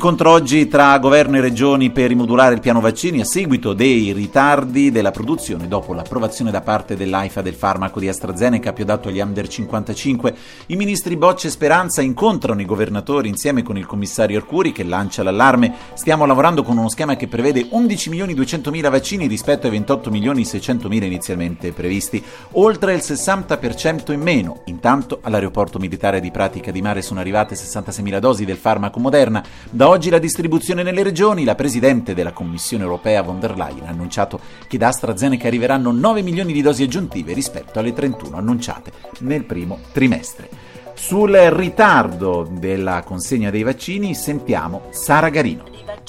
Incontro oggi tra governo e regioni per rimodulare il piano vaccini a seguito dei ritardi della produzione dopo l'approvazione da parte dell'AIFA del farmaco di AstraZeneca piodato agli under 55. I ministri Boccia e Speranza incontrano i governatori insieme con il commissario Arcuri che lancia l'allarme. Stiamo lavorando con uno schema che prevede 11.200.000 vaccini rispetto ai 28.600.000 inizialmente previsti, oltre il 60% in meno. Intanto all'aeroporto militare di Pratica di Mare sono arrivate 66.000 dosi del farmaco Moderna. Da oggi la distribuzione nelle regioni. La Presidente della Commissione Europea von der Leyen ha annunciato che da AstraZeneca arriveranno 9 milioni di dosi aggiuntive rispetto alle 31 annunciate nel primo trimestre. Sul ritardo della consegna dei vaccini sentiamo Sara Garino.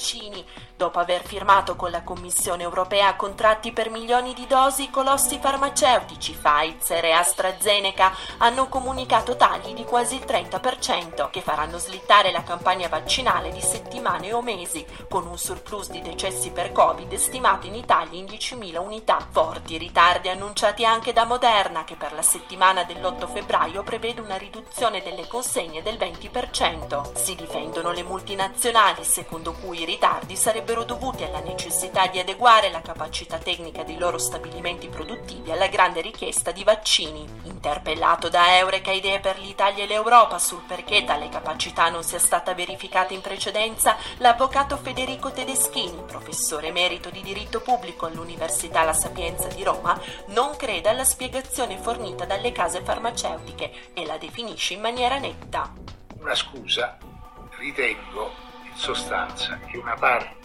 Dopo aver firmato con la Commissione Europea contratti per milioni di dosi, i colossi farmaceutici Pfizer e AstraZeneca hanno comunicato tagli di quasi il 30% che faranno slittare la campagna vaccinale di settimane o mesi, con un surplus di decessi per Covid stimato in Italia in 10.000 unità. Forti ritardi annunciati anche da Moderna, che per la settimana dell'8 febbraio prevede una riduzione delle consegne del 20%. Si difendono le multinazionali, secondo cui i ritardi sarebbero dovuti alla necessità di adeguare la capacità tecnica dei loro stabilimenti produttivi alla grande richiesta di vaccini. Interpellato da Eureka Idee per l'Italia e l'Europa sul perché tale capacità non sia stata verificata in precedenza, l'avvocato Federico Tedeschini, professore emerito di diritto pubblico all'Università La Sapienza di Roma, non crede alla spiegazione fornita dalle case farmaceutiche e la definisce in maniera netta. Una scusa, ritengo in sostanza che una parte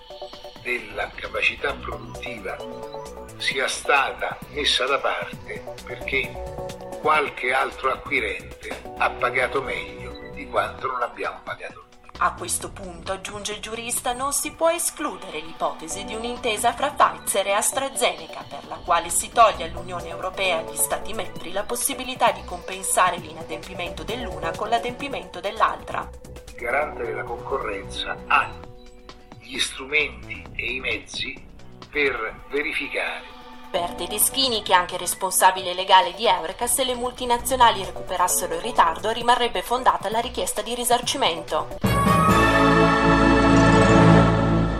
della capacità produttiva sia stata messa da parte perché qualche altro acquirente ha pagato meglio di quanto non abbiamo pagato. A questo punto, aggiunge il giurista, non si può escludere l'ipotesi di un'intesa fra Pfizer e AstraZeneca, per la quale si toglie all'Unione Europea e agli Stati membri la possibilità di compensare l'inadempimento dell'una con l'adempimento dell'altra. Il garante della concorrenza ha gli strumenti e i mezzi per verificare. Per Tedeschini, che è anche responsabile legale di Eureka, se le multinazionali recuperassero il ritardo rimarrebbe fondata la richiesta di risarcimento.